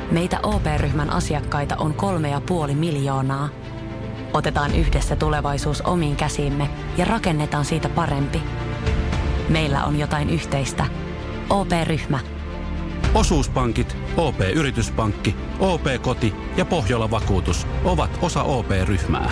Meitä OP-ryhmän asiakkaita on 3,5 miljoonaa. Otetaan yhdessä tulevaisuus omiin käsiimme ja rakennetaan siitä parempi. Meillä on jotain yhteistä. OP-ryhmä. Osuuspankit, OP-yrityspankki, OP-koti ja Pohjola-vakuutus ovat osa OP-ryhmää.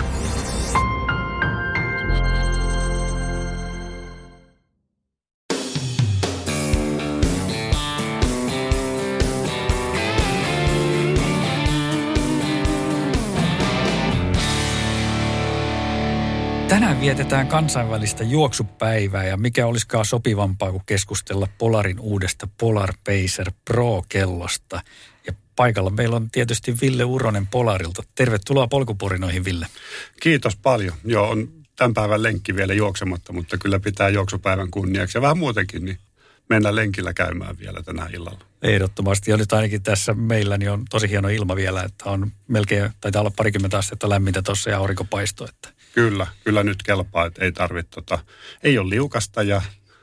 Tänään vietetään kansainvälistä juoksupäivää ja mikä olisikaan sopivampaa kuin keskustella Polarin uudesta Polar Pacer Pro-kellosta. Ja paikalla meillä on tietysti Ville Uronen Polarilta. Tervetuloa polkuporinoihin, Ville. Kiitos paljon. Joo, on tämän päivän lenkki vielä juoksematta, mutta kyllä pitää juoksupäivän kunniaksi ja vähän muutenkin, niin mennään lenkillä käymään vielä tänä illalla. Ehdottomasti. Ja nyt ainakin tässä meillä niin on tosi hieno ilma vielä, että on melkein, taitaa olla 20 astetta lämmintä tuossa ja aurinko paistoi, että Kyllä nyt kelpaa, että ei tarvitse, ei ole liukasta ja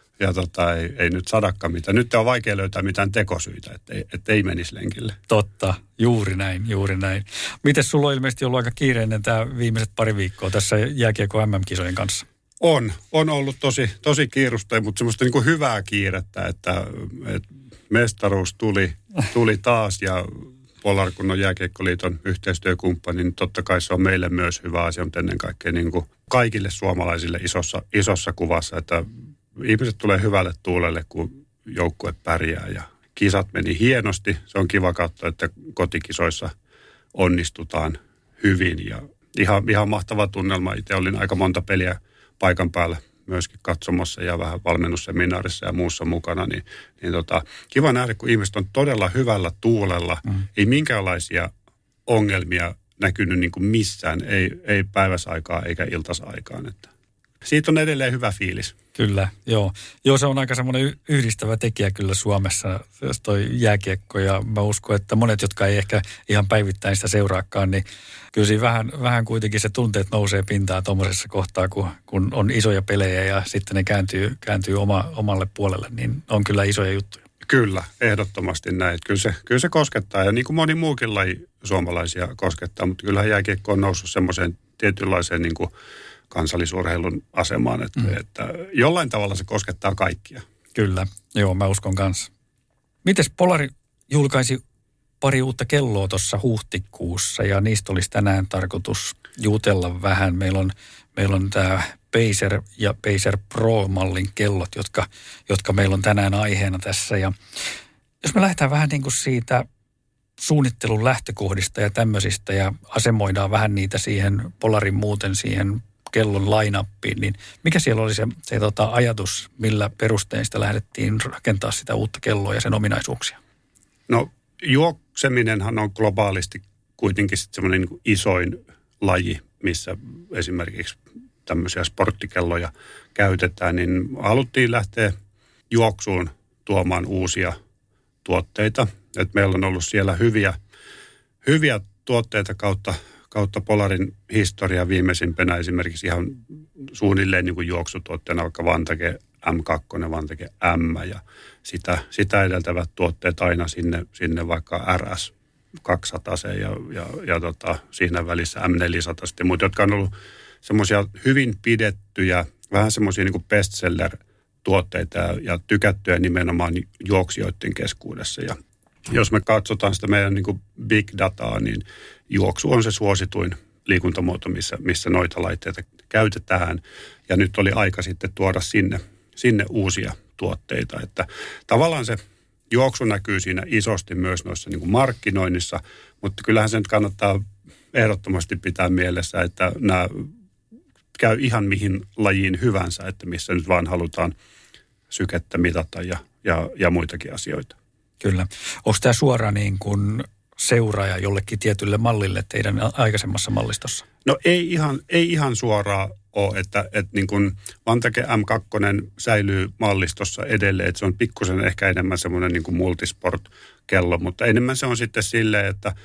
ei nyt sadakka mitään. Nyt on vaikea löytää mitään tekosyitä, että ei menisi lenkille. Totta, juuri näin. Mites sulla on ilmeisesti ollut aika kiireinen tämä viimeiset pari viikkoa tässä jääkiekko MM-kisojen kanssa? On ollut tosi kiirusta, mutta semmoista niin kuin hyvää kiirettä, että mestaruus tuli taas ja Polar, kun on Jääkiekkoliiton yhteistyökumppani, niin totta kai se on meille myös hyvä asia, mutta ennen kaikkea niin kuin kaikille suomalaisille isossa kuvassa, että ihmiset tulee hyvälle tuulelle, kun joukkue pärjää ja kisat meni hienosti. Se on kiva katsoa, että kotikisoissa onnistutaan hyvin ja ihan mahtava tunnelma. Itse olin aika monta peliä paikan päällä myöskin katsomassa ja vähän valmennusseminaarissa ja muussa mukana, niin kiva nähdä, kun ihmiset on todella hyvällä tuulella. Ei minkäänlaisia ongelmia näkynyt niin kuin missään, ei päiväsaikaa eikä iltasaikaan. Että siitä on edelleen hyvä fiilis. Kyllä, joo. Joo, se on aika semmoinen yhdistävä tekijä kyllä Suomessa, toi jääkiekko, ja mä uskon, että monet, jotka ei ehkä ihan päivittäin sitä seuraakaan, niin kyllä siinä vähän kuitenkin se tunteet nousee pintaan tuommoisessa kohtaa, kun on isoja pelejä ja sitten ne kääntyy omalle puolelle, niin on kyllä isoja juttuja. Kyllä, ehdottomasti näin. Kyllä se koskettaa ja niin kuin moni muukin laji suomalaisia koskettaa, mutta kyllähän jääkiekko on noussut semmoiseen tietynlaiseen niin kuin kansallisurheilun asemaan, että jollain tavalla se koskettaa kaikkia. Kyllä, joo, mä uskon kanssa. Mites Polari julkaisi pari uutta kelloa tuossa huhtikuussa ja niistä olisi tänään tarkoitus jutella vähän. Meillä on tämä Pacer ja Pacer Pro-mallin kellot, jotka meillä on tänään aiheena tässä. Ja jos me lähdetään vähän niin kuin siitä suunnittelun lähtökohdista ja tämmöisistä ja asemoidaan vähän niitä siihen Polarin muuten siihen kellon line-uppiin, niin mikä siellä oli se ajatus, millä perustein sitä lähdettiin rakentaa sitä uutta kelloa ja sen ominaisuuksia? No juokseminenhan on globaalisti kuitenkin semmoinen niin kuin isoin laji, missä esimerkiksi tämmöisiä sporttikelloja käytetään, niin haluttiin lähteä juoksuun tuomaan uusia tuotteita. Et meillä on ollut siellä hyviä tuotteita kautta Polarin historia viimeisimpänä esimerkiksi ihan suunnilleen niin kuin juoksutuotteena, vaikka Vantage M2, Vantage M ja sitä edeltävät tuotteet aina sinne vaikka RS 200 ja siinä välissä M400 sitten, mutta jotka on ollut semmoisia hyvin pidettyjä, vähän semmoisia niin kuin bestseller-tuotteita ja tykättyjä nimenomaan juoksijoiden keskuudessa. Ja jos me katsotaan sitä meidän niin kuin big dataa, niin juoksu on se suosituin liikuntamuoto, missä noita laitteita käytetään. Ja nyt oli aika sitten tuoda sinne uusia tuotteita. Että tavallaan se juoksu näkyy siinä isosti myös noissa niin kuin markkinoinnissa, mutta kyllähän se nyt kannattaa ehdottomasti pitää mielessä, että nämä käy ihan mihin lajiin hyvänsä, että missä nyt vaan halutaan sykettä mitata ja muitakin asioita. Kyllä. Onko tämä suoraan niin kuin seuraaja jollekin tietylle mallille teidän aikaisemmassa mallistossa? No ei ihan suoraan ole, että niin kuin Vantage M2 säilyy mallistossa edelleen, että se on pikkusen ehkä enemmän semmoinen niin kuin multisport-kello, mutta enemmän se on sitten silleen, että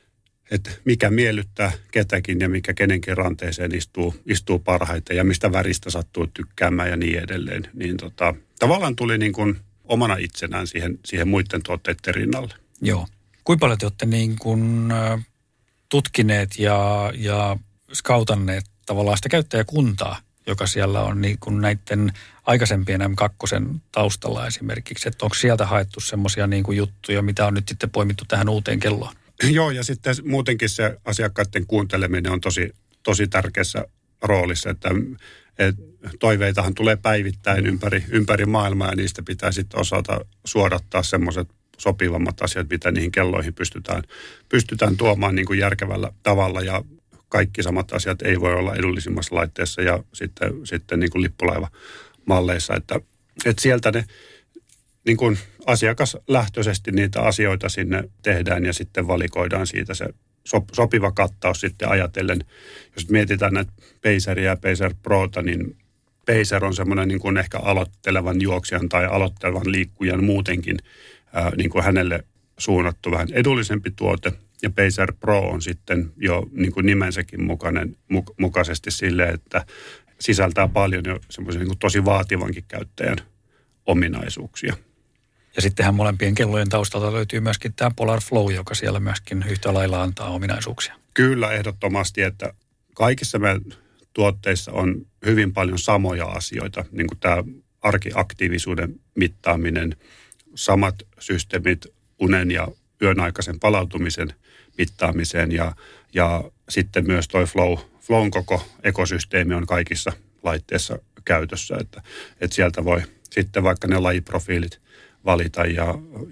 mikä miellyttää ketäkin ja mikä kenenkin ranteeseen istuu parhaiten ja mistä väristä sattuu tykkäämään ja niin edelleen. Niin tavallaan tuli niin kuin omana itsenään siihen muiden tuotteiden rinnalle. Joo. Kuinka paljon te olette niin kuin tutkineet ja skautanneet tavallaan sitä käyttäjäkuntaa, joka siellä on niin kuin näiden aikaisempien M2 taustalla esimerkiksi, että onko sieltä haettu semmoisia niin kuin juttuja, mitä on nyt sitten poimittu tähän uuteen kelloon? Joo, ja sitten muutenkin se asiakkaiden kuunteleminen on tosi tärkeässä roolissa, että toiveitahan tulee päivittäin ympäri maailmaa, ja niistä pitää sitten osata suodattaa semmoiset sopivammat asiat, mitä niihin kelloihin pystytään tuomaan niin kuin järkevällä tavalla, ja kaikki samat asiat ei voi olla edullisimmassa laitteessa ja sitten niin kuin lippulaivamalleissa, että sieltä ne niin kuin asiakaslähtöisesti niitä asioita sinne tehdään ja sitten valikoidaan siitä se sopiva kattaus sitten ajatellen. Jos mietitään näitä Paceria ja Pacer Prota, niin Pacer on semmoinen niin kuin ehkä aloittelevan juoksijan tai aloittelevan liikkujan muutenkin niin kuin hänelle suunnattu vähän edullisempi tuote. Ja Pacer Pro on sitten jo niin kuin nimensäkin mukaisesti silleen, että sisältää paljon jo semmoisen niin kuin tosi vaativankin käyttäjän ominaisuuksia. Ja sittenhän molempien kellojen taustalta löytyy myöskin tämä Polar Flow, joka siellä myöskin yhtä lailla antaa ominaisuuksia. Kyllä, ehdottomasti, että kaikissa meidän tuotteissa on hyvin paljon samoja asioita, niin kuin tämä arkiaktiivisuuden mittaaminen, samat systeemit unen ja yön aikaisen palautumisen mittaamiseen ja sitten myös toi Flown koko ekosysteemi on kaikissa laitteissa käytössä, että sieltä voi sitten vaikka ne lajiprofiilit valita ja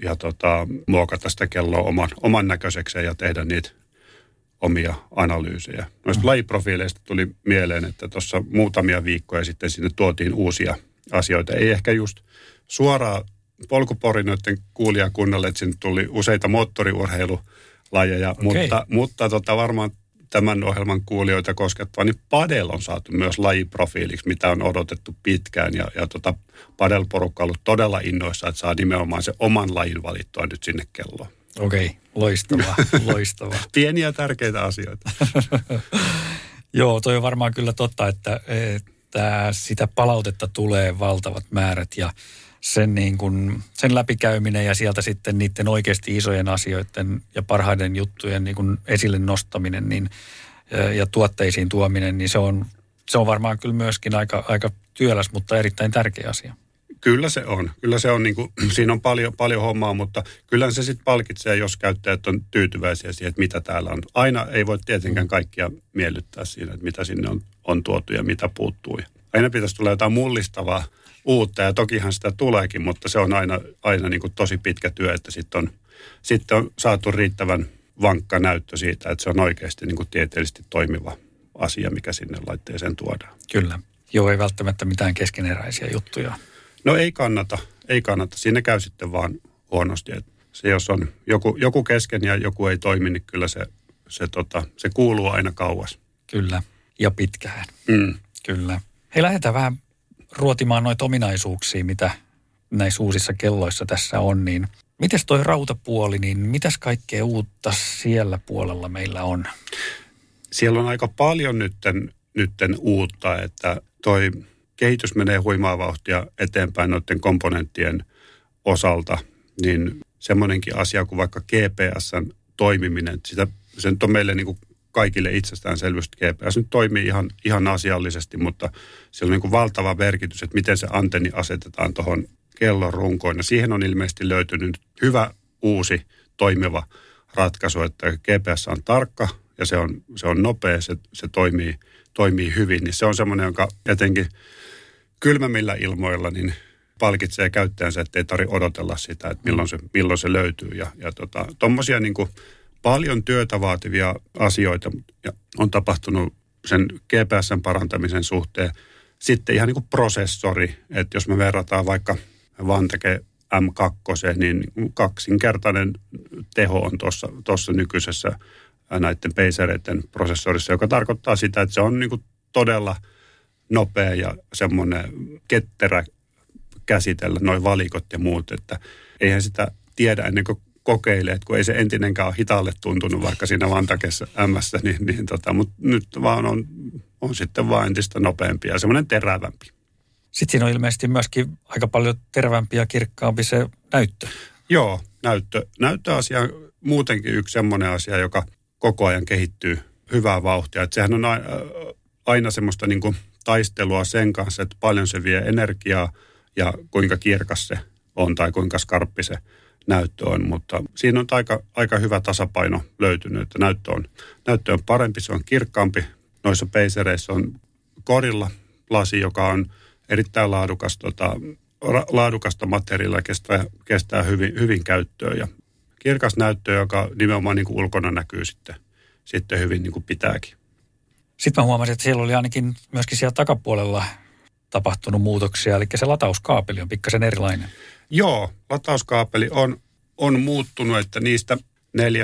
muokata sitä kelloa oman näköisekseen ja tehdä niitä omia analyysejä. Noista lajiprofiileista tuli mieleen, että tuossa muutamia viikkoja sitten sinne tuotiin uusia asioita. Ei ehkä just suoraan polkuporinoiden kuulijakunnalle, että sinne tuli useita moottoriurheilulajeja, okay. mutta varmaan tämän ohjelman kuulijoita koskettava, niin padel on saatu myös lajiprofiiliksi, mitä on odotettu pitkään. Ja padel-porukka on ollut todella innoissa, että saa nimenomaan se oman lajin valittua nyt sinne kelloon. Okei, loistavaa. Pieniä tärkeitä asioita. Joo, toi on varmaan kyllä totta, että sitä palautetta tulee valtavat määrät ja sen läpikäyminen ja sieltä sitten niiden oikeasti isojen asioiden ja parhaiden juttujen niin kuin esille nostaminen ja tuotteisiin tuominen, niin se on varmaan kyllä myöskin aika työläs, mutta erittäin tärkeä asia. Kyllä se on niin kuin, siinä on paljon hommaa, mutta kyllä se sitten palkitsee, jos käyttäjät on tyytyväisiä siihen, että mitä täällä on. Aina ei voi tietenkään kaikkia miellyttää siinä, että mitä sinne on tuotu ja mitä puuttuu. Aina pitäisi tulla jotain mullistavaa uutta ja tokihan sitä tuleekin, mutta se on aina niin kuin tosi pitkä työ, että sitten on saatu riittävän vankka näyttö siitä, että se on oikeasti niin kuin tieteellisesti toimiva asia, mikä sinne laitteeseen tuodaan. Kyllä. Joo, ei välttämättä mitään keskeneräisiä juttuja. No ei kannata. Siinä käy sitten vaan huonosti. Että se jos on joku kesken ja joku ei toimi, niin kyllä se kuuluu aina kauas. Kyllä, ja pitkään. Kyllä. Hei, lähdetään vähän ruotimaan noita ominaisuuksia, mitä näissä uusissa kelloissa tässä on, niin mites toi rautapuoli, niin mitäs kaikkea uutta siellä puolella meillä on? Siellä on aika paljon nytten uutta, että toi kehitys menee huimaa vauhtia eteenpäin noiden komponenttien osalta, niin semmoinenkin asia kuin vaikka GPS:n toimiminen, se nyt on meille niin kuin kaikille itsestäänselvyys, GPS nyt toimii ihan asiallisesti, mutta siellä on niin kuin valtava merkitys, että miten se antenni asetetaan tuohon kellon runkoon. Ja siihen on ilmeisesti löytynyt hyvä uusi toimiva ratkaisu, että GPS on tarkka ja se on nopea, se toimii hyvin. Niin se on semmoinen, joka etenkin kylmämmillä ilmoilla niin palkitsee käyttäjänsä, ettei tarvitse odotella sitä, että milloin se löytyy. Ja tommosia niin kuin paljon työtä vaativia asioita on tapahtunut sen GPS:n parantamisen suhteen. Sitten ihan niin kuin prosessori, että jos me verrataan vaikka Vanteke M2, niin kaksinkertainen teho on tuossa nykyisessä näiden Pacereiden prosessorissa, joka tarkoittaa sitä, että se on niin kuin todella nopea ja semmoinen ketterä käsitellä noi valikot ja muut, että eihän sitä tiedä ennen kuin kokeilee, että kun ei se entinenkään ole hitaalle tuntunut vaikka siinä Vantakessa M:ssä, mutta nyt vaan on sitten vaan entistä nopeampi ja semmoinen terävämpi. Sitten siinä on ilmeisesti myöskin aika paljon terävämpi ja kirkkaampi se näyttö. Joo, näyttöasia muutenkin yksi semmoinen asia, joka koko ajan kehittyy hyvää vauhtia. Että sehän on aina semmoista niin kuin taistelua sen kanssa, että paljon se vie energiaa ja kuinka kirkas se on tai kuinka skarppi se näyttö on. Mutta siinä on aika hyvä tasapaino löytynyt, että näyttö on parempi, se on kirkkaampi. Noissa peisereissä on Gorilla lasi, joka on erittäin laadukasta materiaalia, kestää hyvin käyttöön ja kirkas näyttö, joka nimenomaan niin kuin ulkona näkyy sitten hyvin niin kuin pitääkin. Sitten mä huomasin, että siellä oli ainakin myöskin siellä takapuolella tapahtunut muutoksia, eli se latauskaapeli on pikkasen erilainen. Joo, latauskaapeli on muuttunut, että niistä 4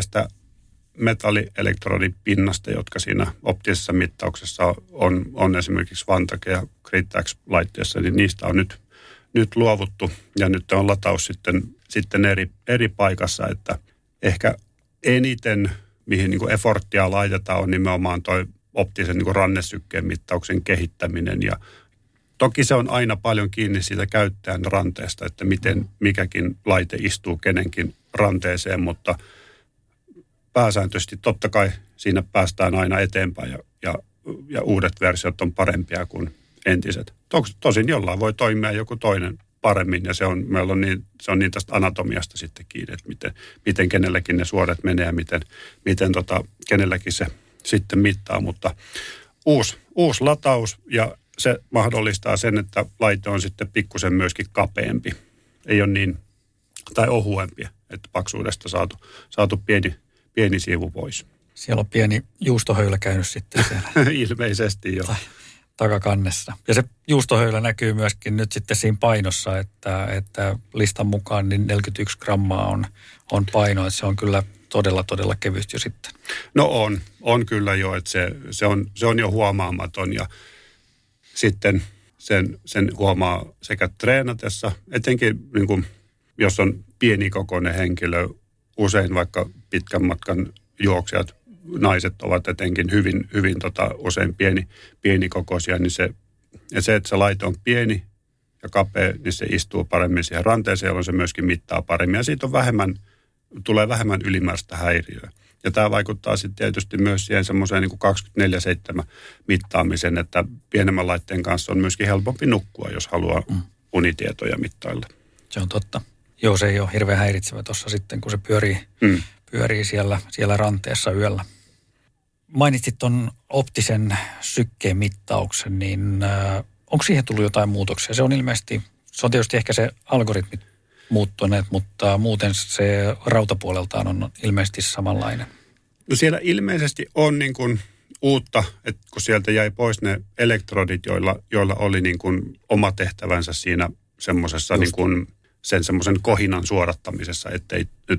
metallielektrodin-pinnasta, jotka siinä optisessa mittauksessa on esimerkiksi Vantage ja Grid-X-laitteessa, niin niistä on nyt luovuttu ja nyt on lataus sitten eri paikassa, että ehkä eniten, mihin niin kuin efforttia laitetaan, on nimenomaan toi optisen niin kuin rannesykkeen mittauksen kehittäminen ja toki se on aina paljon kiinni siitä käyttäjän ranteesta, että miten mikäkin laite istuu kenenkin ranteeseen, mutta pääsääntöisesti totta kai siinä päästään aina eteenpäin ja uudet versiot on parempia kuin entiset. Tosin jollain voi toimia joku toinen paremmin ja se on niin tästä anatomiasta sitten kiinni, että miten kenellekin ne suoret menee ja miten kenelläkin se sitten mittaa, mutta uusi lataus ja se mahdollistaa sen, että laite on sitten pikkusen myöskin kapeampi. Ei ole niin, tai ohuempi, että paksuudesta saatu pieni siivu pois. Siellä on pieni juustohöylä käynyt sitten siellä. Ilmeisesti jo. Takakannessa. Ja se juustohöylä näkyy myöskin nyt sitten siinä painossa, että listan mukaan niin 41 grammaa on paino, että se on kyllä todella kevyt jo sitten. No on kyllä jo, että se on jo huomaamaton ja sitten sen huomaa sekä treenatessa, etenkin niin kuin, jos on pienikokoinen henkilö, usein vaikka pitkän matkan juoksijat, naiset ovat etenkin hyvin usein pienikokoisia, niin se, että se laite on pieni ja kapea, niin se istuu paremmin siihen ranteeseen, jolloin se myöskin mittaa paremmin. Ja siitä tulee vähemmän ylimääräistä häiriöä. Ja tämä vaikuttaa sitten tietysti myös siihen semmoiseen niin kuin 24/7 mittaamisen, että pienemmän laitteen kanssa on myöskin helpompi nukkua, jos haluaa unitietoja mittailla. Se on totta. Joo, se ei ole hirveän häiritsevä tuossa sitten, kun se pyörii siellä ranteessa yöllä. Mainitsit tuon optisen sykkeen mittauksen, niin onko siihen tullut jotain muutoksia? Se on tietysti ehkä se algoritmit muuttuneet, mutta muuten se rautapuoleltaan on ilmeisesti samanlainen. No siellä ilmeisesti on niin kuin uutta, että kun sieltä jäi pois ne elektrodit, joilla oli niin kuin oma tehtävänsä siinä semmoisessa niin kuin sen semmoisen kohinan suodattamisessa, että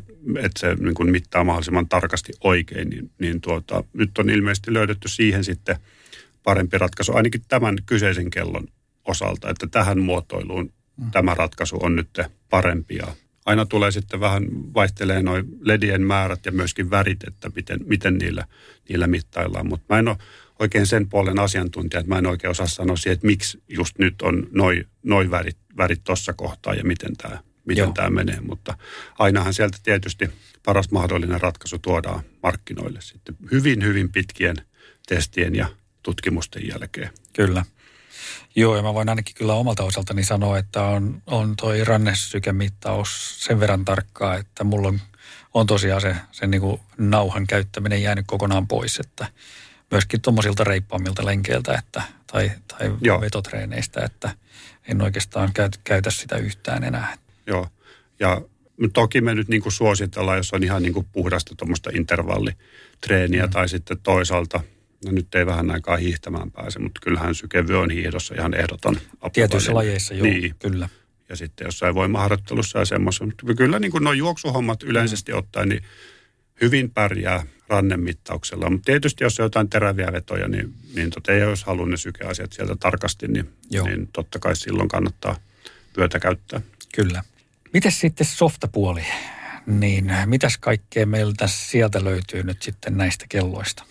se niin kuin mittaa mahdollisimman tarkasti oikein, niin nyt on ilmeisesti löydetty siihen sitten parempi ratkaisu, ainakin tämän kyseisen kellon osalta, että tähän muotoiluun tämä ratkaisu on nyt parempi. Ja aina tulee sitten vähän vaihtelee nuo ledien määrät ja myöskin värit, että miten niillä mittaillaan, mutta mä en ole oikein sen puolen asiantuntija, että mä en oikein osaa sanoa siihen, että miksi just nyt on noi värit tuossa kohtaa ja miten tämä menee, mutta ainahan sieltä tietysti paras mahdollinen ratkaisu tuodaan markkinoille sitten hyvin pitkien testien ja tutkimusten jälkeen. Kyllä. Joo, ja mä voin ainakin kyllä omalta osaltani sanoa, että on toi rannesykemittaus sen verran tarkkaa, että mulla on tosiaan sen niin kuin nauhan käyttäminen jäänyt kokonaan pois, että myöskin tuommoisilta reippaammilta lenkeiltä tai vetotreeneistä, että en oikeastaan käytä sitä yhtään enää. Joo, ja toki me nyt niin kuin suositellaan, jos on ihan niin kuin puhdasta tuommoista intervallitreeniä tai sitten toisaalta, no nyt ei vähän aikaa hiihtämään pääse, mutta kyllähän sykevy on hiihdossa ihan ehdoton apuväline. Tietyissä lajeissa, joo, niin. Kyllä. Ja sitten jossain voimaharjoittelussa ja semmoista. Kyllä niin kuin nuo juoksuhommat yleisesti ottaen, niin hyvin pärjää rannemittauksella. Mutta tietysti jos on jotain teräviä vetoja, niin jos haluaa ne sykeasiat sieltä tarkasti, niin totta kai silloin kannattaa vyötä käyttää. Kyllä. Mites sitten softapuoli? Niin mitäs kaikkea meiltä sieltä löytyy nyt sitten näistä kelloista?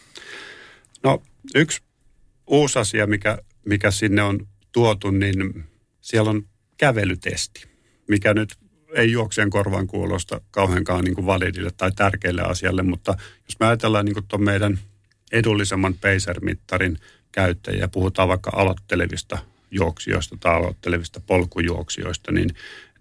No yksi uusi asia, mikä sinne on tuotu, niin siellä on kävelytesti, mikä nyt ei juokseen korvan kuulosta kauheankaan niin kuin validille tai tärkeälle asialle, mutta jos me ajatellaan niin kuin tuon meidän edullisemman pacer-mittarin käyttäjiä, puhutaan vaikka aloittelevista juoksijoista tai aloittelevista polkujuoksijoista, niin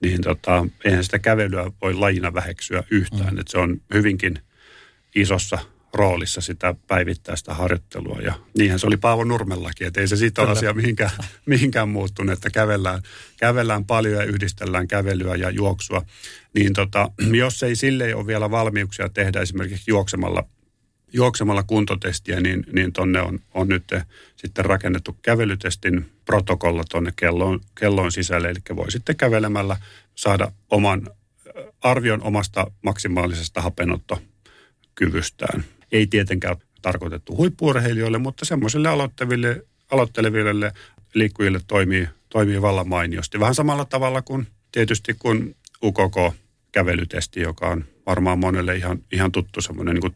eihän sitä kävelyä voi lajina väheksyä yhtään. Että se on hyvinkin isossa roolissa sitä päivittäistä harjoittelua. Ja niinhän se oli Paavo Nurmellakin, että ei se siitä ole asia mihinkään muuttunut, että kävellään paljon ja yhdistellään kävelyä ja juoksua. Niin jos ei sille ole vielä valmiuksia tehdä esimerkiksi juoksemalla kuntotestiä, niin tonne on nyt sitten rakennettu kävelytestin protokolla tonne kelloon sisälle. Eli voi sitten kävelemällä saada oman arvion omasta maksimaalisesta hapenottokyvystään. Ei tietenkään tarkoitettu huippu-urheilijoille, mutta semmoisille aloitteleville liikkujille toimii vallan mainiosti. Vähän samalla tavalla kuin tietysti kuin UKK-kävelytesti, joka on varmaan monelle ihan tuttu semmoinen niin kuin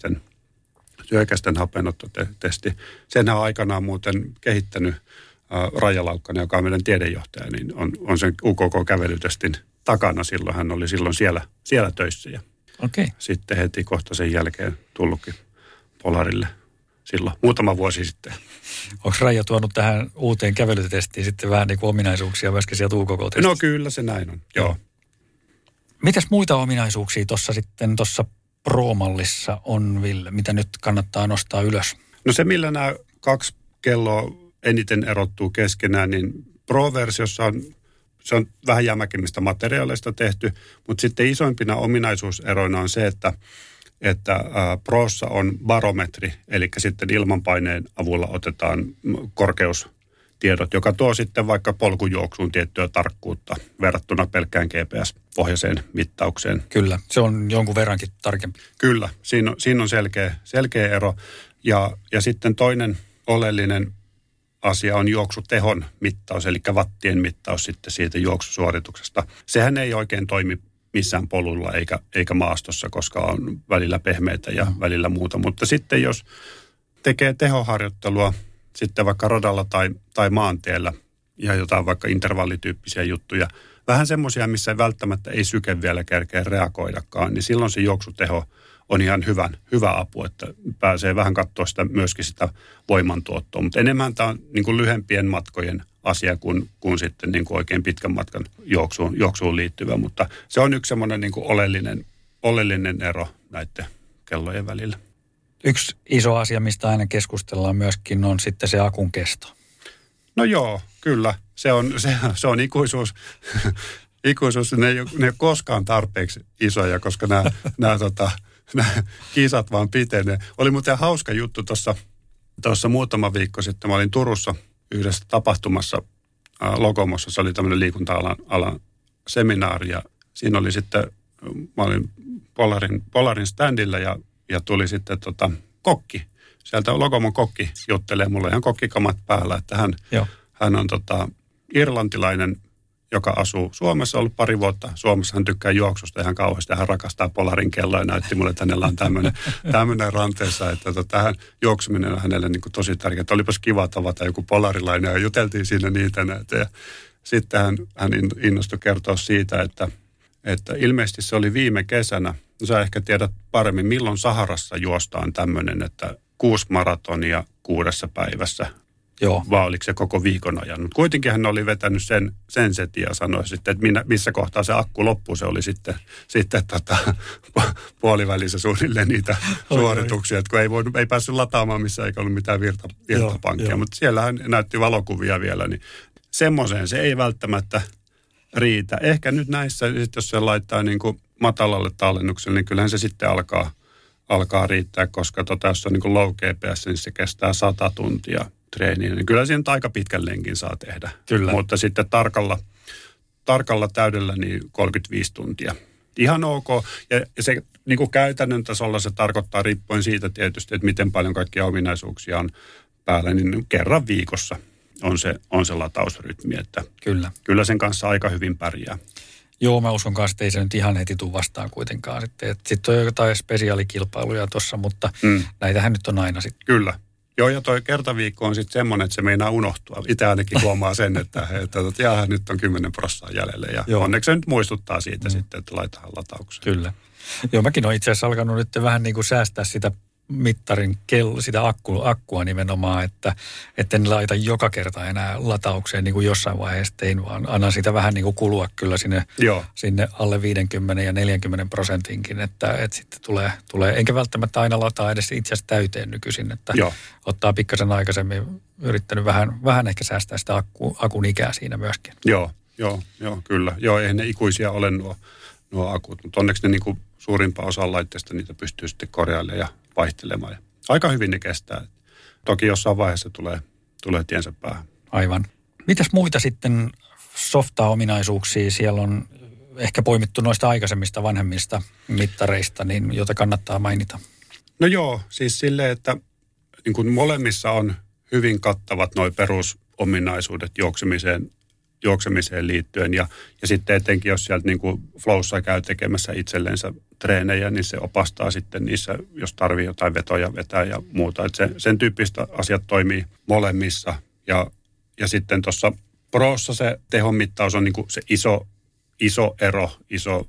työikäisten hapenottotesti. Senhän on aikanaan muuten kehittänyt Raija Laukkanen, joka on meidän tiedejohtaja, niin on sen UKK-kävelytestin takana silloin. Hän oli silloin siellä töissä ja sitten heti kohta sen jälkeen tullutkin Polarille silloin muutama vuosi sitten. Onko Raija tuonut tähän uuteen kävelytestiin sitten vähän niin kuin ominaisuuksia myöskin sieltä UKK-testistä? No kyllä se näin on, joo. Mitäs muita ominaisuuksia tuossa Pro-mallissa on, Ville, mitä nyt kannattaa nostaa ylös? No se, millä nämä 2 kelloa eniten erottuu keskenään, niin Pro-versiossa se on vähän jämäkimmistä materiaaleista tehty, mutta sitten isoimpina ominaisuuseroina on se, että Prossa on barometri, eli sitten ilmanpaineen avulla otetaan korkeustiedot, joka tuo sitten vaikka polkujuoksuun tiettyä tarkkuutta verrattuna pelkkään GPS-pohjaiseen mittaukseen. Kyllä, se on jonkun verrankin tarkempi. Kyllä, siinä on selkeä ero. Ja sitten toinen oleellinen asia on juoksutehon mittaus, eli wattien mittaus sitten siitä juoksusuorituksesta. Sehän ei oikein toimi missään polulla eikä maastossa, koska on välillä pehmeitä ja välillä muuta. Mutta sitten jos tekee tehoharjoittelua sitten vaikka radalla tai maantiellä ja jotain vaikka intervallityyppisiä juttuja, vähän semmoisia, missä välttämättä ei syke vielä kerkeä reagoidakaan, niin silloin se juoksuteho on ihan hyvä apu, että pääsee vähän katsoa myöskin sitä voimantuottoa. Mutta enemmän tämä on niin kuin lyhempien matkojen asia kuin sitten niin kuin oikein pitkän matkan juoksuun liittyvä. Mutta se on yksi semmoinen niin kuin oleellinen ero näiden kellojen välillä. Yksi iso asia, mistä aina keskustellaan myöskin, on sitten se akun kesto. No joo, kyllä. Se on ikuisuus. Ikuisuus, ne ei ole koskaan tarpeeksi isoja, koska nämä kisat vaan pitenee. Oli muuten hauska juttu tuossa muutama viikko sitten. Mä olin Turussa yhdessä tapahtumassa Logomossa. Se oli tämmöinen liikunta-alan seminaari ja siinä oli sitten, mä olin Polarin standilla ja tuli sitten kokki. Sieltä Logomon kokki juttelee mulle ihan kokkikamat päällä, että hän on irlantilainen, joka asuu Suomessa, ollut pari vuotta Suomessa. Hän tykkää juoksusta ihan kauheasti ja hän rakastaa Polarin kelloa ja näytti mulle, että hänellä on tämmöinen ranteessa, että tähän juoksuminen on hänelle niin kuin tosi tärkeää. Olipas kiva tavata joku polarilainen ja juteltiin siinä niitä näitä. Ja sitten hän innostui kertoa siitä, että ilmeisesti se oli viime kesänä. Sä ehkä tiedät paremmin, milloin Saharassa juostaan tämmöinen, että 6 maratonia 6 päivässä. Joo. Vai oliko se koko viikon ajan. Mutta kuitenkin hän oli vetänyt sen setin ja sanoi sitten, että missä kohtaa se akku loppuu. Se oli sitten puolivälissä suunnilleen niitä suorituksia. Että kun ei päässyt lataamaan missä eikä ollut mitään virtapankkia. Mutta siellä hän näytti valokuvia vielä. Niin semmoiseen se ei välttämättä riitä. Ehkä nyt näissä, jos se laittaa niin kuin matalalle tallennukselle, niin kyllähän se sitten alkaa riittää. Koska jos on niin kuin low GPS, niin se kestää 100 tuntia. Treeniin, niin kyllä siinä aika pitkän lenkin saa tehdä. Kyllä. Mutta sitten tarkalla täydellä niin 35 tuntia. Ihan ok. Ja se niin kuin käytännön tasolla se tarkoittaa riippuen siitä tietysti, että miten paljon kaikkia ominaisuuksia on päällä, niin kerran viikossa on se latausrytmi. Että kyllä sen kanssa aika hyvin pärjää. Joo, mä uskon kanssa, että ei se nyt ihan heti tule vastaan kuitenkaan. Sitten on jotain spesiaalikilpailuja tuossa, mutta näitähän nyt on aina sitten. Kyllä. Joo, ja toi kertaviikko on sitten semmoinen, että se meinaa unohtua. Itse ainakin huomaa sen, että nyt on 10% jäljellä. Ja onneksi se nyt muistuttaa siitä sitten, että laitetaan lataukseen. Kyllä. Joo, mäkin olen itse asiassa alkanut nyt vähän niin kuin säästää sitä mittarin sitä akkua nimenomaan, että en laita joka kerta enää lataukseen niin kuin jossain vaiheessa tein, vaan annan sitä vähän niin kuin kulua kyllä sinne alle 50 ja 40%, että sitten tulee, enkä välttämättä aina lataa edes itse asiassa täyteen nykyisin, että ottaa pikkasen aikaisemmin yrittänyt vähän ehkä säästää sitä akun ikää siinä myöskin. Joo, kyllä. Joo, eihän ne ikuisia ole nuo akut, mutta onneksi ne niin kuin suurimpaa osaa laitteesta niitä pystyy sitten korjailemaan ja vaihtelemaan. Aika hyvin ne kestää. Toki jossain vaiheessa tulee tiensä päähän. Aivan. Mitäs muita sitten softa-ominaisuuksia siellä on ehkä poimittu noista aikaisemmista vanhemmista mittareista, niin jota kannattaa mainita? No joo, siis silleen, että niin kuin molemmissa on hyvin kattavat nuo perusominaisuudet juoksemiseen liittyen. Ja sitten etenkin, jos sieltä niin kuin flowssa käy tekemässä itsellensä treenejä, niin se opastaa sitten niissä, jos tarvii jotain vetoja vetää ja muuta. Että sen tyyppistä asiat toimii molemmissa. Ja sitten tuossa Prossa se tehonmittaus on niin kuin se iso ero, iso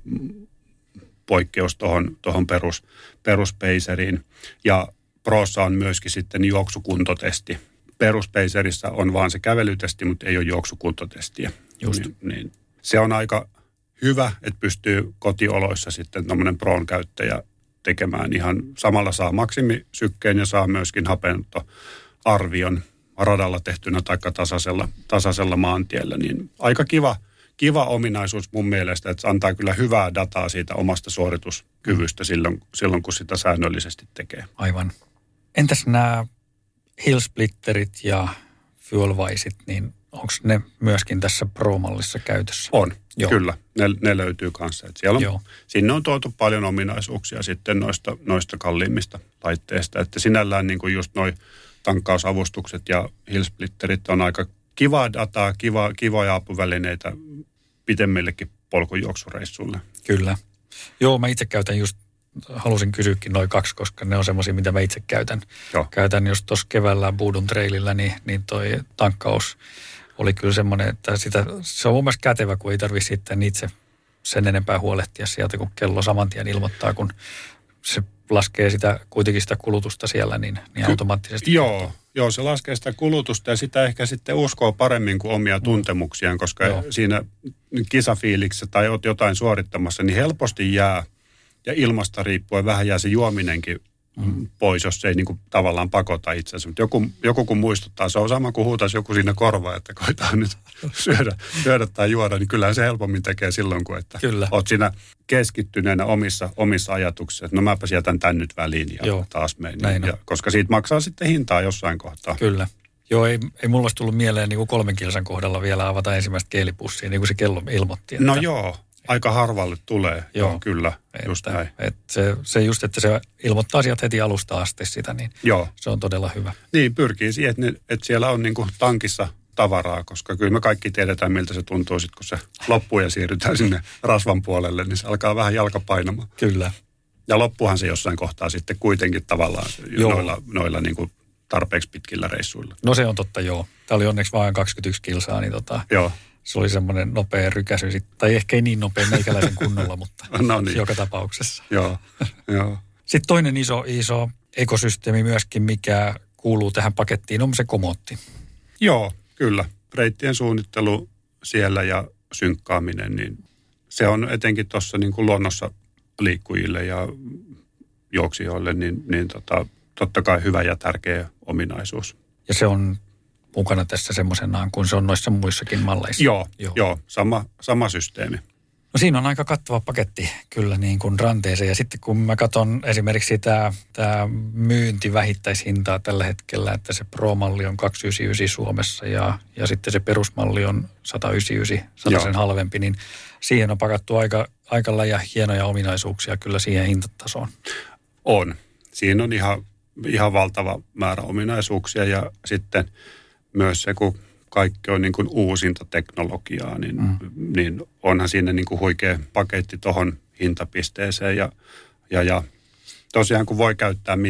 poikkeus tuohon peruspeiseriin. Ja Prossa on myöskin sitten juoksukuntotesti. Peruspeiserissä on vaan se kävelytesti, mutta ei ole juoksukuntotestiä. Just. Niin se on aika hyvä, että pystyy kotioloissa sitten tuommoinen Pron käyttäjä tekemään ihan samalla saa maksimisykkeen ja saa myöskin hapenottoarvion radalla tehtynä tai tasaisella maantiellä. Niin aika kiva ominaisuus mun mielestä, että se antaa kyllä hyvää dataa siitä omasta suorituskyvystä silloin kun sitä säännöllisesti tekee. Aivan. Entäs nämä Hillsplitterit ja FuelWiset, niin onko ne myöskin tässä Pro-mallissa käytössä? On, kyllä. Ne löytyy kanssa. Sinne on tuotu paljon ominaisuuksia sitten noista kalliimmista laitteista. Että sinällään niin kuin just noi tankkausavustukset ja Hillsplitterit on aika kivaa dataa, kivoja apuvälineitä pitemmillekin polkujuoksureissulle. Kyllä. Joo, mä itse halusin kysyäkin noin 2, koska ne on semmoisia, mitä mä itse käytän. Käytän just tuossa keväällä Boudon Trailillä, niin toi tankkaus oli kyllä semmoinen, että se on mun mielestä kätevä, kun ei tarvitse sitten itse sen enempää huolehtia sieltä, kun kello saman tien ilmoittaa, kun se laskee kuitenkin sitä kulutusta siellä, niin automaattisesti. Joo, se laskee sitä kulutusta ja sitä ehkä sitten uskoo paremmin kuin omia tuntemuksiaan, koska siinä kisafiiliksessä tai olet jotain suorittamassa, niin helposti jää ja ilmasta riippuen vähän jää se juominenkin pois, jos se ei niin kuin tavallaan pakota itsensä. Mutta joku kun muistuttaa, se on sama kuin huutaisi joku siinä korvaa, että koitaan nyt syödä tai juoda, niin kyllähän se helpommin tekee silloin, kun että olet siinä keskittyneenä omissa ajatuksissa, että no mäpä jätän tän nyt väliin ja taas menen. Koska siitä maksaa sitten hintaa jossain kohtaa. Kyllä. Joo, ei mulla olisi tullut mieleen niin kuin 3 kilsan kohdalla vielä avata ensimmäistä geelipussia, niin kuin se kello ilmoitti. Että... No joo. Aika harvalle tulee, kyllä, just näin. Se just, että se ilmoittaa sieltä heti alusta asti sitä, niin se on todella hyvä. Niin, pyrkii siihen, että siellä on niin kuin tankissa tavaraa, koska kyllä me kaikki tiedetään, miltä se tuntuu sitten, kun se loppuu ja siirrytään sinne rasvan puolelle, niin se alkaa vähän jalka painamaan. Kyllä. Ja loppuhan se jossain kohtaa sitten kuitenkin tavallaan noilla niin kuin tarpeeksi pitkillä reissuilla. No se on totta, joo. Tämä oli onneksi vain 21 kilsaa, niin se oli semmoinen nopea rykäsy, tai ehkä ei niin nopea meikäläisen kunnolla, mutta joka tapauksessa. Joo. Sitten toinen iso ekosysteemi myöskin, mikä kuuluu tähän pakettiin, on se Komotti. Joo, kyllä. Reittien suunnittelu siellä ja synkkaaminen, niin se on etenkin tuossa niin kuin luonnossa liikkujille ja juoksijoille, niin totta kai hyvä ja tärkeä ominaisuus. Ja se on mukana tässä semmoisenaan, kun se on noissa muissakin malleissa. Joo, sama systeemi. No siinä on aika kattava paketti kyllä niin kuin ranteeseen. Ja sitten kun mä katson esimerkiksi tämä myyntivähittäishintaa tällä hetkellä, että se Pro-malli on 299 Suomessa ja sitten se perusmalli on 199, 100 halvempi, niin siihen on pakattu aika läjä hienoja ominaisuuksia kyllä siihen hintatasoon. On. Siinä on ihan valtava määrä ominaisuuksia ja sitten myös se, kun kaikki on niin kuin uusinta teknologiaa, niin onhan siinä niin kuin huikea paketti tuohon hintapisteeseen ja tosiaan kun voi käyttää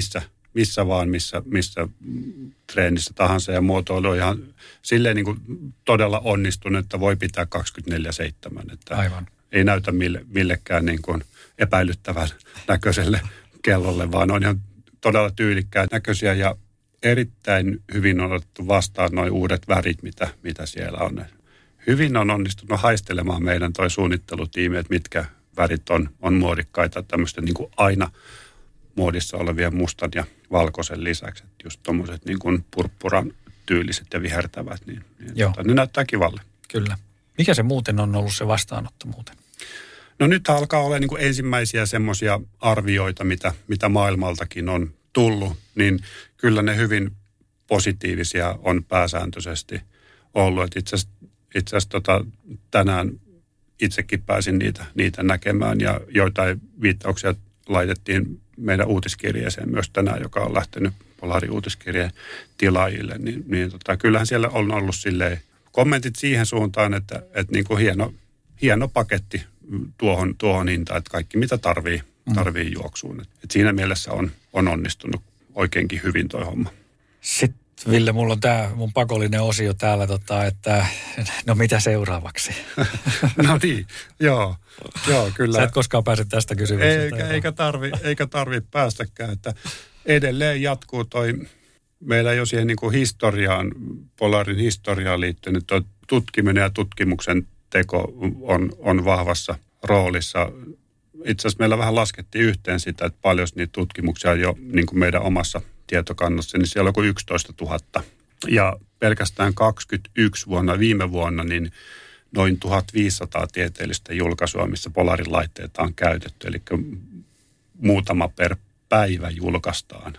missä vaan, missä treenissä tahansa ja muotoilu on ihan silleen niin kuin todella onnistunut, että voi pitää 24/7. Että aivan. Ei näytä millekään niin kuin epäilyttävän näköiselle kellolle, vaan on ihan todella tyylikkään näköisiä ja erittäin hyvin on otettu vastaan nuo uudet värit, mitä siellä on. Hyvin on onnistunut haistelemaan meidän toi suunnittelutiimi, että mitkä värit on muodikkaita, tämmöisten niin kuin aina muodissa olevia mustan ja valkoisen lisäksi. Että just tommoset niin kuin purppuran tyyliset ja vihertävät, niin ne näyttää kivalle. Kyllä. Mikä se muuten on ollut se vastaanotto muuten? No nyt alkaa olla niin kuin ensimmäisiä semmoisia arvioita, mitä maailmaltakin on tullut, niin kyllä ne hyvin positiivisia on pääsääntöisesti ollut. Itse asiassa tänään itsekin pääsin niitä näkemään ja joitain viittauksia laitettiin meidän uutiskirjeeseen myös tänään, joka on lähtenyt Polari-uutiskirjeen tilaajille. Kyllähän siellä on ollut silleen kommentit siihen suuntaan, että niin kuin hieno paketti tuohon hintaan, että kaikki mitä tarvii juoksuun. Et siinä mielessä on onnistunut oikeinkin hyvin toi homma. Sitten Ville, mulla on tämä mun pakollinen osio täällä, että no mitä seuraavaksi? No niin, joo, kyllä. Sä et koskaan pääse tästä kysymyksestä. Eikä tarvi päästäkään, että edelleen jatkuu meillä jo siihen niin kuin historiaan, Polarin historiaan liittyen, tuo tutkiminen ja tutkimuksen teko on vahvassa roolissa. Itse asiassa meillä vähän laskettiin yhteen sitä, että paljon niitä tutkimuksia jo niin kuin meidän omassa tietokannassa, niin siellä on kuin 11 000. Ja pelkästään 21 viime vuonna, niin noin 1500 tieteellistä julkaisua, missä Polarin laitteita on käytetty. Eli muutama per päivä julkaistaan.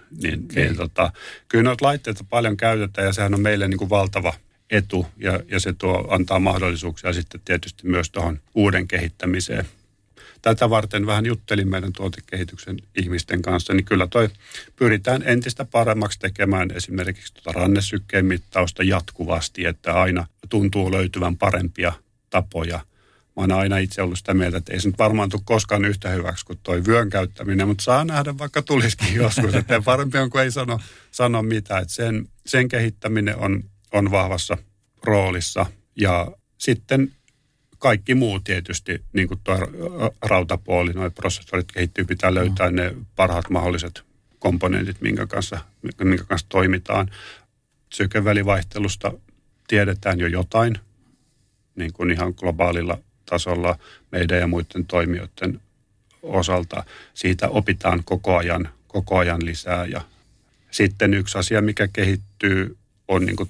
Kyllä noita laitteita paljon käytetään ja sehän on meille niin kuin valtava etu ja se antaa mahdollisuuksia sitten tietysti myös tuohon uuden kehittämiseen. Tätä varten vähän juttelin meidän tuotekehityksen ihmisten kanssa, niin kyllä pyritään entistä paremmaksi tekemään esimerkiksi rannesykkeen mittausta jatkuvasti, että aina tuntuu löytyvän parempia tapoja. Mä oon aina itse ollut sitä mieltä, että ei se nyt varmaan tule koskaan yhtä hyväksi kuin toi vyön käyttäminen, mutta saa nähdä, vaikka tulisikin joskus, että parempi on kuin ei sano mitään. Että sen kehittäminen on vahvassa roolissa ja sitten kaikki muu tietysti, niin kuin tuo rautapuoli, nuo prosessorit kehittyy, pitää löytää ne parhaat mahdolliset komponentit, minkä kanssa toimitaan. Sykevälivaihtelusta tiedetään jo jotain, niin kuin ihan globaalilla tasolla meidän ja muiden toimijoiden osalta. Siitä opitaan koko ajan lisää. Ja sitten yksi asia, mikä kehittyy, on niin kuin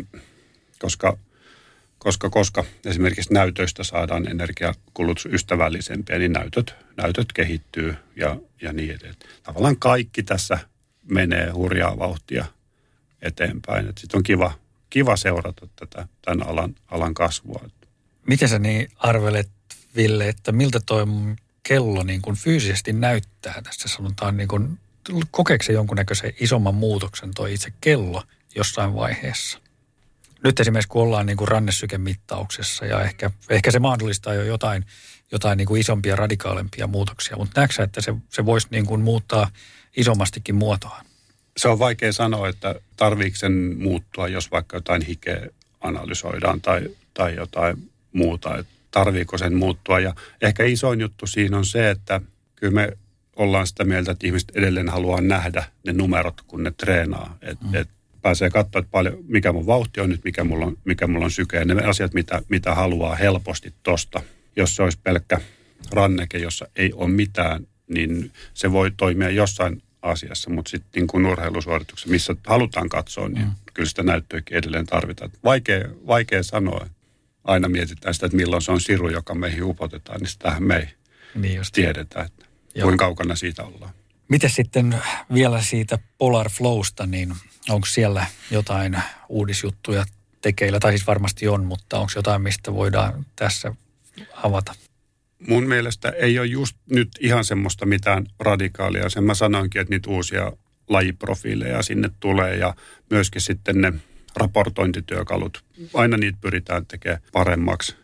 koska esimerkiksi näytöistä saadaan energiakulutusystävällisempiä, niin näytöt kehittyy ja niin edelleen. Tavallaan kaikki tässä menee hurjaa vauhtia eteenpäin. Sitten on kiva seurata tämän alan kasvua. Miten sä niin arvelet, Ville, että miltä toi kello niin kuin fyysisesti näyttää tässä? Sanotaan, niin kuin, kokeeko se jonkunnäköisen isomman muutoksen toi itse kello jossain vaiheessa? Nyt esimerkiksi kun ollaan niin kuin rannesykemittauksessa ja ehkä se mahdollistaa jo jotain niin kuin isompia, radikaalempia muutoksia, mutta näetkö sä, että se voisi niin kuin muuttaa isommastikin muotoaan? Se on vaikea sanoa, että tarviiko sen muuttua, jos vaikka jotain hikeä analysoidaan tai jotain muuta, että tarviiko sen muuttua. Ja ehkä isoin juttu siinä on se, että kyllä me ollaan sitä mieltä, että ihmiset edelleen haluaa nähdä ne numerot, kun ne treenaa. Pääsee katsoa, että paljon, mikä mun vauhti on nyt, mikä mulla on syke. Ja ne asiat, mitä haluaa helposti tosta. Jos se olisi pelkkä ranneke, jossa ei ole mitään, niin se voi toimia jossain asiassa, mutta sitten niin kuin urheilusuorituksessa, missä halutaan katsoa, niin kyllä sitä näyttöäkin edelleen tarvitaan. Vaikea sanoa. Aina mietitään sitä, että milloin se on siru, joka meihin upotetaan, niin sitähän me ei tiedetä, että kuinka kaukana siitä ollaan. Miten sitten vielä siitä Polar Flowsta, niin onko siellä jotain uudisjuttuja tekeillä? Tai siis varmasti on, mutta onko jotain, mistä voidaan tässä avata? Mun mielestä ei ole just nyt ihan semmoista mitään radikaalia. Sen mä sanoinkin, että niitä uusia lajiprofiileja sinne tulee ja myöskin sitten ne raportointityökalut. Aina niitä pyritään tekemään paremmaksi.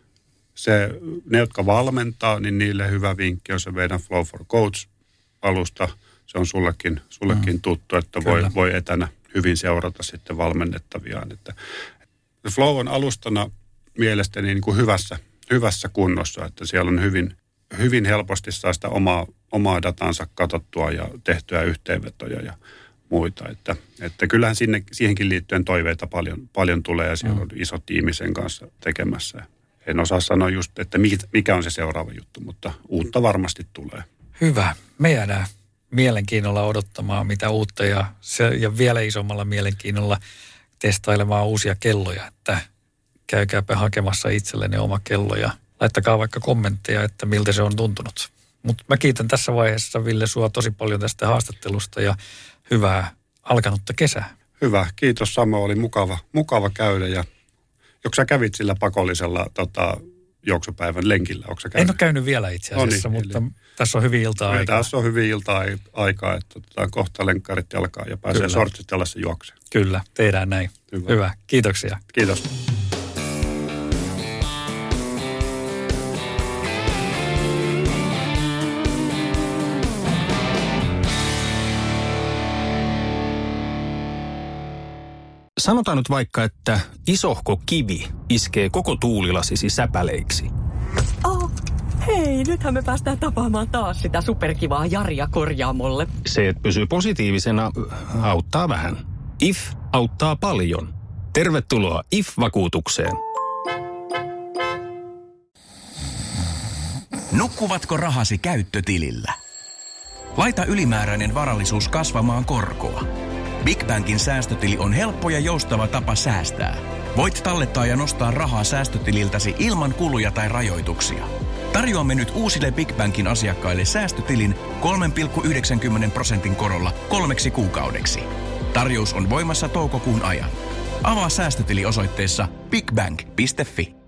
Ne, jotka valmentaa, niin niille hyvä vinkki on se meidän Flow for Coach-alusta. se on sullekin tuttu, että voi etänä hyvin seurata sitten valmennettaviaan. Että Flow on alustana mielestäni niin kuin hyvässä kunnossa, että siellä on hyvin helposti saa sitä omaa datansa katsottua ja tehtyä yhteenvetoja ja muita. Että kyllähän siihenkin liittyen toiveita paljon tulee ja siellä on iso tiimi sen kanssa tekemässä. En osaa sanoa just, että mikä on se seuraava juttu, mutta uutta varmasti tulee. Hyvä. Me jäädään mielenkiinnolla odottamaan mitä uutta ja vielä isommalla mielenkiinnolla testailemaan uusia kelloja, että käykääpä hakemassa itsellenne oma kello ja laittakaa vaikka kommentteja, että miltä se on tuntunut. Mutta mä kiitän tässä vaiheessa, Ville, sua tosi paljon tästä haastattelusta ja hyvää alkanutta kesää. Hyvä, kiitos Samu, oli mukava käydä ja joko sä kävit sillä pakollisella juoksupäivän lenkillä? En ole käynyt vielä itse asiassa, mutta tässä on hyvin ilta-aikaa. Tässä on hyvin ilta-aikaa, että kohta lenkkarit jalkaa ja pääsee sortsit tällaista juokseen. Kyllä, tehdään näin. Hyvä. Kiitoksia. Kiitos. Sanotaan nyt vaikka, että isohko kivi iskee koko tuulilasisi säpäleiksi. Oh, hei, nythän me päästään tapaamaan taas sitä superkivaa Jaria korjaamolle. Se, että pysyy positiivisena, auttaa vähän. IF auttaa paljon. Tervetuloa IF-vakuutukseen. Nukkuvatko rahasi käyttötilillä? Laita ylimääräinen varallisuus kasvamaan korkoa. Big Bankin säästötili on helppo ja joustava tapa säästää. Voit tallettaa ja nostaa rahaa säästötililtäsi ilman kuluja tai rajoituksia. Tarjoamme nyt uusille Big Bankin asiakkaille säästötilin 3,90% korolla 3 kuukaudeksi. Tarjous on voimassa toukokuun ajan. Avaa säästötili osoitteessa bigbank.fi.